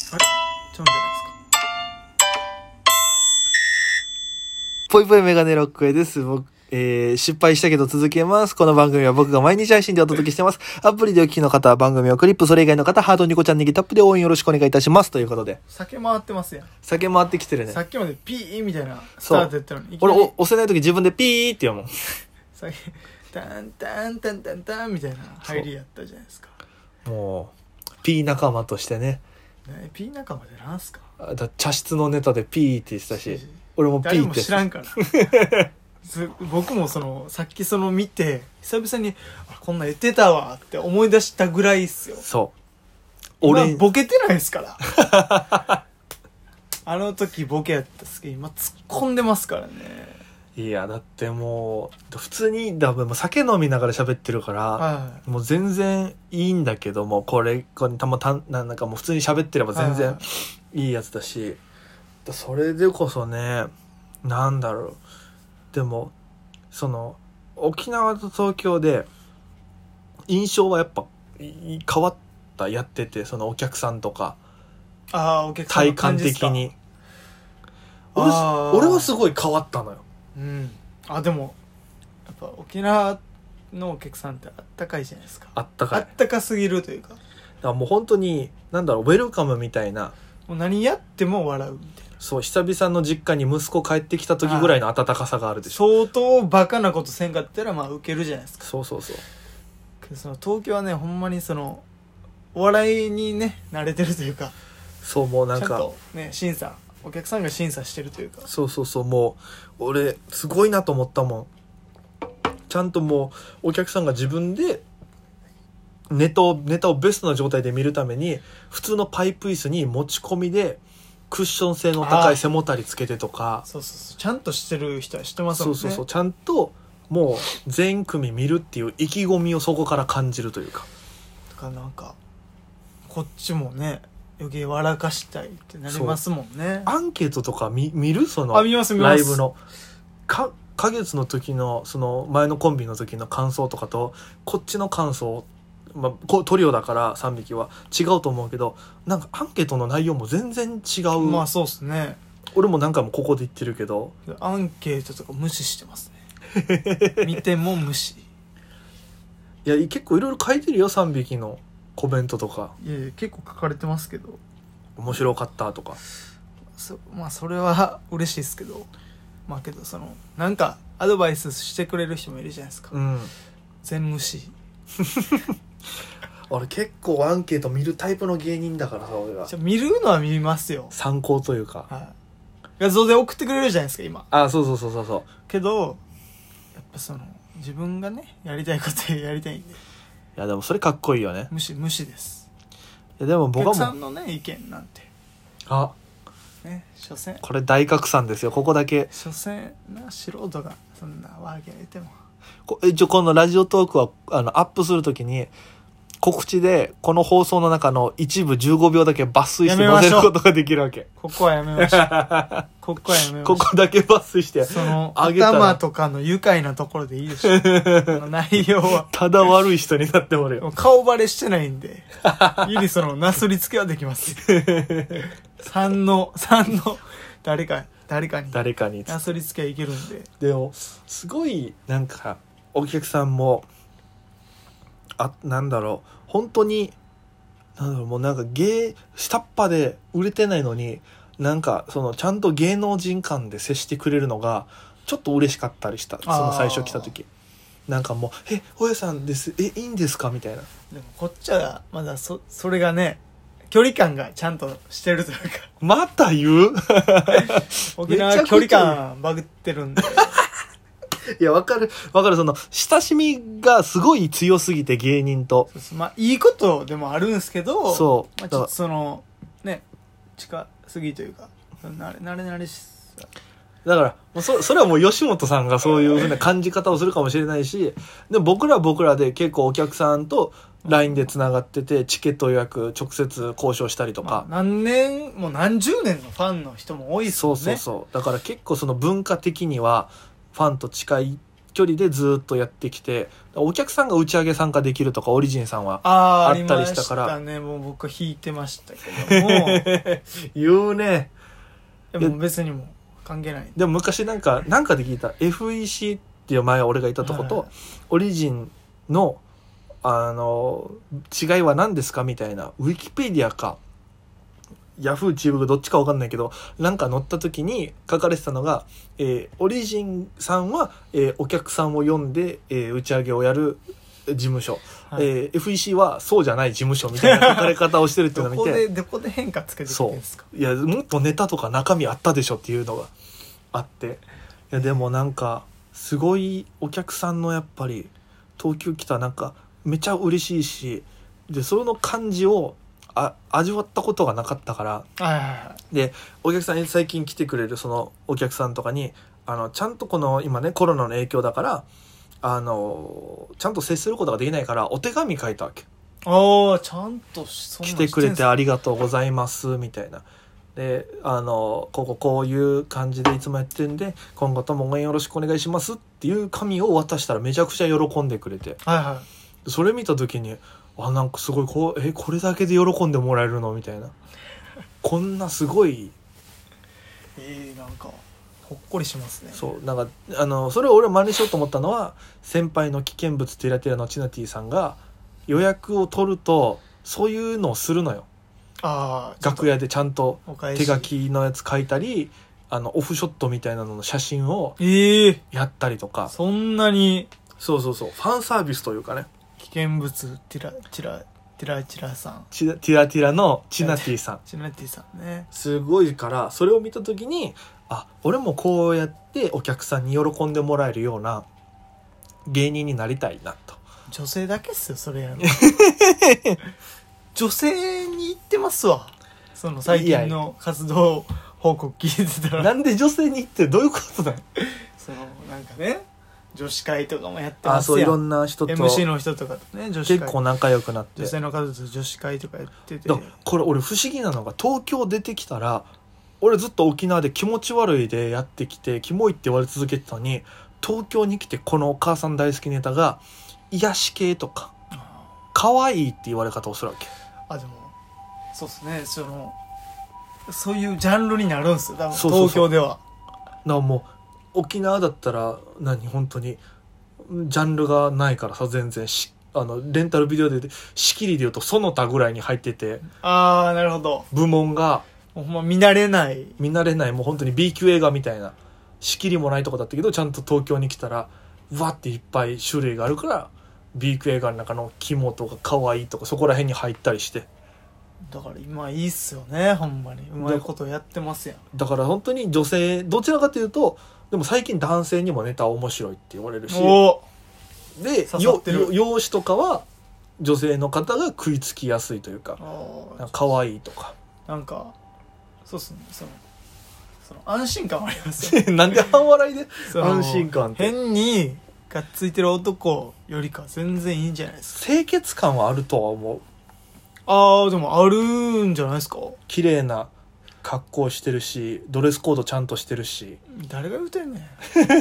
あれちゃうんじゃないですか。 ぽいぽいメガネロックへです。失敗したけど続けます。この番組は僕が毎日配信でお届けしてます。アプリでお聞きの方は番組をクリップ、それ以外の方、ハートニコちゃんネギタップで応援よろしくお願いいたします。ということで。 酒回ってますやん。 酒回ってきてるね。 さっきまでピーみたいなスタートやったのに。 俺、押せないとき自分でピーって読むもん。 酒、タンタンタンタンタンみたいな入りやったじゃないですか。 もう、ピー仲間としてね。 ピー仲間でなんすか。 茶室のネタでピーって言ってたし、俺もピーって。 誰も知らんから。僕もさっき見て久々にこんなん言ってたわって思い出したぐらいっすよ。 そう俺ボケてないですからあの時ボケやったっすけど今突っ込んでますからね。 いやだってもう普通に酒飲みながら喋ってるから、はい、もう全然いいんだけどもこれなんかもう普通に喋ってれば全然いいやつだし、それでこそねなんだろう。でも沖縄と東京で印象はやっぱ変わったやっててお客さんとかお客さんの感じですか。 体感的に俺はすごい変わったのよ。 でもやっぱ沖縄のお客さんってあったかいじゃないですか。 あったかい。 あったかすぎるというか。 だからもう本当にウェルカムみたいな。 もう何やっても笑うみたいな。 そう久々の実家に息子帰ってきた時ぐらいの温かさがあるでしょ。相当バカなことせんかったらウケるじゃないですか。 そうけど東京はねほんまにお笑いにね慣れてるというか。 そうもうなんかちゃんとねお客さんが審査してるというか。 そうもう俺すごいなと思ったもん。ちゃんともうお客さんが自分でネタをベストな状態で見るために普通のパイプ椅子に持ち込みでクッション性の高い背もたりつけてとか。 そうちゃんとしてる人は知ってますもんね。 そうちゃんともう全組見るっていう意気込みをそこから感じるというか。 だからなんかこっちもね余計笑かしたいってなりますもんね。 アンケートとか見る見ますライブの花月の時の前のコンビの時の感想とかとこっちの感想、トリオだから3匹は違うと思うけどなんかアンケートの内容も全然違う。 そうっすね。 俺も何回もここで言ってるけどアンケートとか無視してますね見ても無視。 いや結構いろいろ書いてるよ3匹のコメントとか。 いや結構書かれてますけど面白かったとかそれは嬉しいですけどけどなんかアドバイスしてくれる人もいるじゃないですか。全無視俺結構アンケート見るタイプの芸人だからさ。俺が見るのは見ますよ。 参考というか、 画像で送ってくれるじゃないですか今。 そうけどやっぱ自分がねやりたいことやりたいんで。 いやでもそれかっこいいよね。 無視です。 いやでも僕はもうお客さんのね意見なんて所詮これ大拡散ですよ。ここだけ所詮素人がそんなワーゲン言ってもこのラジオトークはアップするときに告知でこの放送の中の一部15秒だけ抜粋して載せることができるわけ。 ここはやめましょうここだけ抜粋してあげたら頭とかの愉快なところでいいでしょ内容はただ悪い人になっておるよ。 顔バレしてないんでゆりなすりつけはできます3の誰かになすりつけはいけるんで。 でもすごいなんかお客さんも本当にもうなんか下っ端で売れてないのになんかちゃんと芸能人感で接してくれるのがちょっと嬉しかったりした。最初来た時なんかもう大家さんですいいんですかみたいな。 でもこっちはまだそれがね距離感がちゃんとしてるというか。 また言う沖縄は距離感バグってるんでいやわかる親しみがすごい強すぎて芸人といいことでもあるんですけどちょっと近すぎというか慣れしさだからそれはもう吉本さんがそういう風な感じ方をするかもしれないしでも僕らで結構お客さんと LINE でつながっててチケット予約直接交渉したりとか、 何年も何十年のファンの人も多いですもんね。 だから結構文化的にはファンと近い距離でずっとやってきて、お客さんが打ち上げ参加できるとかオリジンさんはあったりしたから。 ありましたね。もう僕は弾いてましたけども言うね。 でも別にも関係ない。 でも昔なんかで聞いた FEC っていう前俺がいたとこと、はい、オリジンの違いは何ですかみたいな、ウィキペディアかヤフーチーブどっちか分かんないけどなんか載った時に書かれてたのが、オリジンさんは、お客さんを呼んで、打ち上げをやる事務所、はい、FEC はそうじゃない事務所みたいな書かれ方をしてるっていうのを見てどこで変化つけてきてるんですか。 いやもっとネタとか中身あったでしょっていうのがあって、いやでもなんかすごいお客さんのやっぱり東京来たなんかめちゃ嬉しいし、でその感じを味わったことがなかったから、 はいはいはい、 でお客さん最近来てくれるそのお客さんとかにちゃんとこの今ねコロナの影響だからちゃんと接することができないからお手紙書いたわけ。 ああちゃんと来てくれてありがとうございますみたいな。でこういう感じでいつもやってるんで今後とも応援よろしくお願いしますっていう紙を渡したらめちゃくちゃ喜んでくれて、 はいはい、 それ見た時になんかすごいこれだけで喜んでもらえるのみたいなこんなすごいなんかほっこりしますね。 そうなんかそれを俺真似しようと思ったのは先輩の危険物ティラティラのチナティさんが予約を取るとそういうのをするのよ。楽屋でちゃんと手書きのやつ書いたりオフショットみたいなのの写真をやったりとか、 そんなにそうファンサービスというかね。 危険物ティラさんティラティラのチナティさんチナティさんねすごいから、それを見た時に俺もこうやってお客さんに喜んでもらえるような芸人になりたいなと。 女性だけっすよそれやる女性に言ってますわ。その最近の活動報告聞いてたらなんで女性に言ってどういうことだよそのなんかね女子会とかもやってますやん。 そういろんな人と MC の人とかとね女子会結構仲良くなって女性の方と女子会とかやってて、 これ俺不思議なのが東京出てきたら俺ずっと沖縄で気持ち悪いでやってきてキモいって言われ続けてたのに東京に来てこのお母さん大好きネタが癒し系とか可愛いって言われ方をするわけ。 でもそうですねそういうジャンルになるんですよ多分東京では。 だからもう沖縄だったら本当にジャンルがないからさ全然レンタルビデオで仕切りで言うとその他ぐらいに入っててなるほど部門がほんま見慣れないもう本当に B 級映画みたいな仕切りもないとこだったけどちゃんと東京に来たらわっていっぱい種類があるから B 級映画の中の肝とか可愛いとかそこら辺に入ったりして、 だから今いいっすよねほんまにうまいことやってますやん。 だから本当に女性どちらかというとでも最近男性にもネタ面白いって言われるしで容姿とかは女性の方が食いつきやすいというか可愛いとかなんかそうっすねその安心感はありますよなんで半笑いで安心感って変にがっついてる男よりか全然いいんじゃないですか。 清潔感はあるとは思う。 でもあるんじゃないですか。綺麗な格好してるしドレスコードちゃんとしてるし。 誰が言うてんねん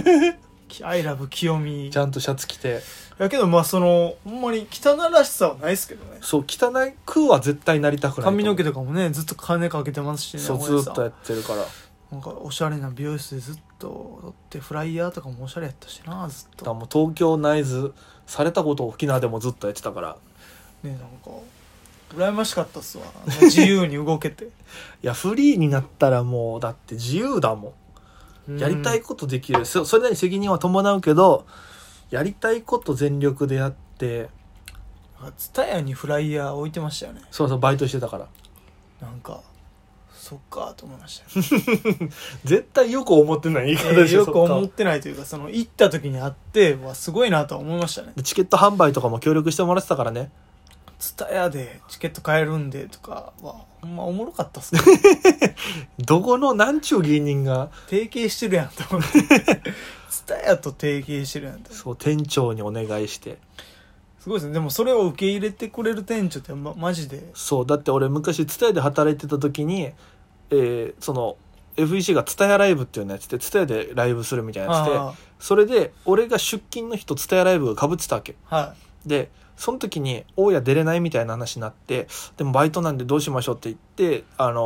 I love 清美ちゃんとシャツ着てやけどほんまに汚らしさはないですけどね。 そう汚くは絶対なりたくない。 髪の毛とかもねずっと金かけてますしね。 そうずっとやってるからなんかおしゃれな美容室でずっと撮ってフライヤーとかもおしゃれやったしなずっと。 だもう東京ナイズされたことを沖縄でもずっとやってたからね。なんか羨ましかったっすわ自由に動けていやフリーになったらもうだって自由だもん。やりたいことできる。それなりに責任は伴うけどやりたいこと全力でやって TSUTAYAにフライヤー置いてましたよね。 そうバイトしてたからなんかそっかと思いました絶対よく思ってない言い方でしょ。 よく思ってないというか行った時に会ってすごいなとは思いましたね。 チケット販売とかも協力してもらってたからね。 TSUTAYAでチケット買えるんでとかはほんまおもろかったっすねどこのなんちゅう芸人が提携してるやんと思ってTSUTAYAと提携してるやんと。 そう店長にお願いしてすごいですね。でもそれを受け入れてくれる店長ってマジで。 そうだって俺昔TSUTAYAで働いてた時にその FEC がTSUTAYAライブっていうのやってて、TSUTAYAでライブするみたいなやつで、それで俺が出勤の日とTSUTAYAライブが被ってたわけ、 はい、 でその時に大家出れないみたいな話になって、でもバイトなんでどうしましょうって言って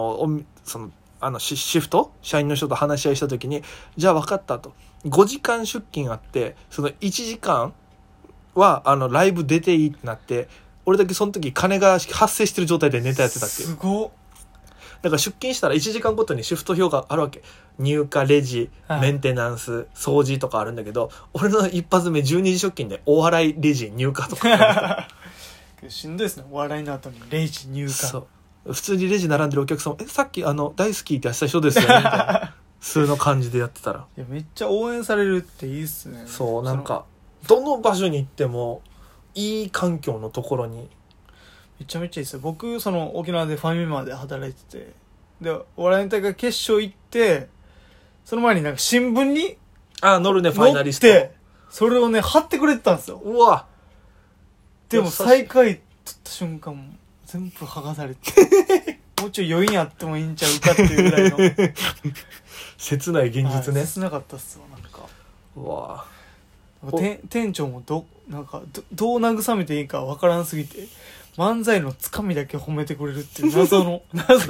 シフト社員の人と話し合いした時に、じゃあ分かったと、5時間出勤あってその1時間はライブ出ていいってなって、俺だけその時金が発生してる状態でネタやってたっていう。 すごっ。 だから出勤したら1時間ごとにシフト表があるわけ。入荷、レジ、メンテナンス、掃除とかあるんだけど、俺の一発目12時出勤でお笑い、レジ、入荷とかしんどいですね、お笑いの後にレジ、入荷。 そう普通にレジ並んでるお客さんもさっき大好きってやってた人ですよねみたいな普通の感じでやってたら、 いやめっちゃ応援されるっていいっすね。 そうなんかどの場所に行ってもいい環境のところにめちゃめちゃいいですよ。僕沖縄でファミマで働いてて、でお笑いの大会決勝行って、その前になんか新聞に載るね、ファイナリストってそれをね貼ってくれてたんですよ。 うわ、 でも最下位取った瞬間も全部剥がされてもうちょい余韻あってもいいんちゃうかっていうぐらいの切ない現実ね、 切なかったっすわ。なんかうわ店長もどう慰めていいかわからんすぎて、漫才のつかみだけ褒めてくれるっていう謎の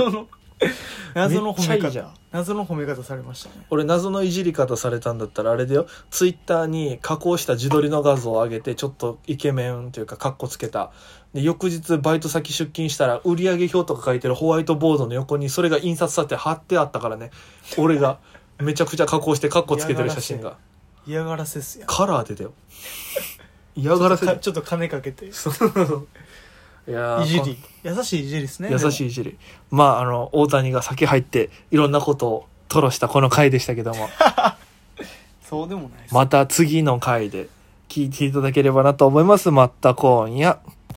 褒め方、謎の褒め方されましたね。 俺謎のいじり方されたんだったらあれだよ、ツイッターに加工した自撮りの画像を上げてちょっとイケメンというかカッコつけたで、翌日バイト先出勤したら売上表とか書いてるホワイトボードの横にそれが印刷されて貼ってあったからね、俺がめちゃくちゃ加工してカッコつけてる写真が嫌がらせっすやん。 カラーでだよ嫌がらせちょっと金かけていやいじり、優しいいじりですね。 優しいいじり。まあ大谷が先入っていろんなことを吐露したこの回でしたけどもそうでもないです。 また次の回で聞いていただければなと思います。また今夜。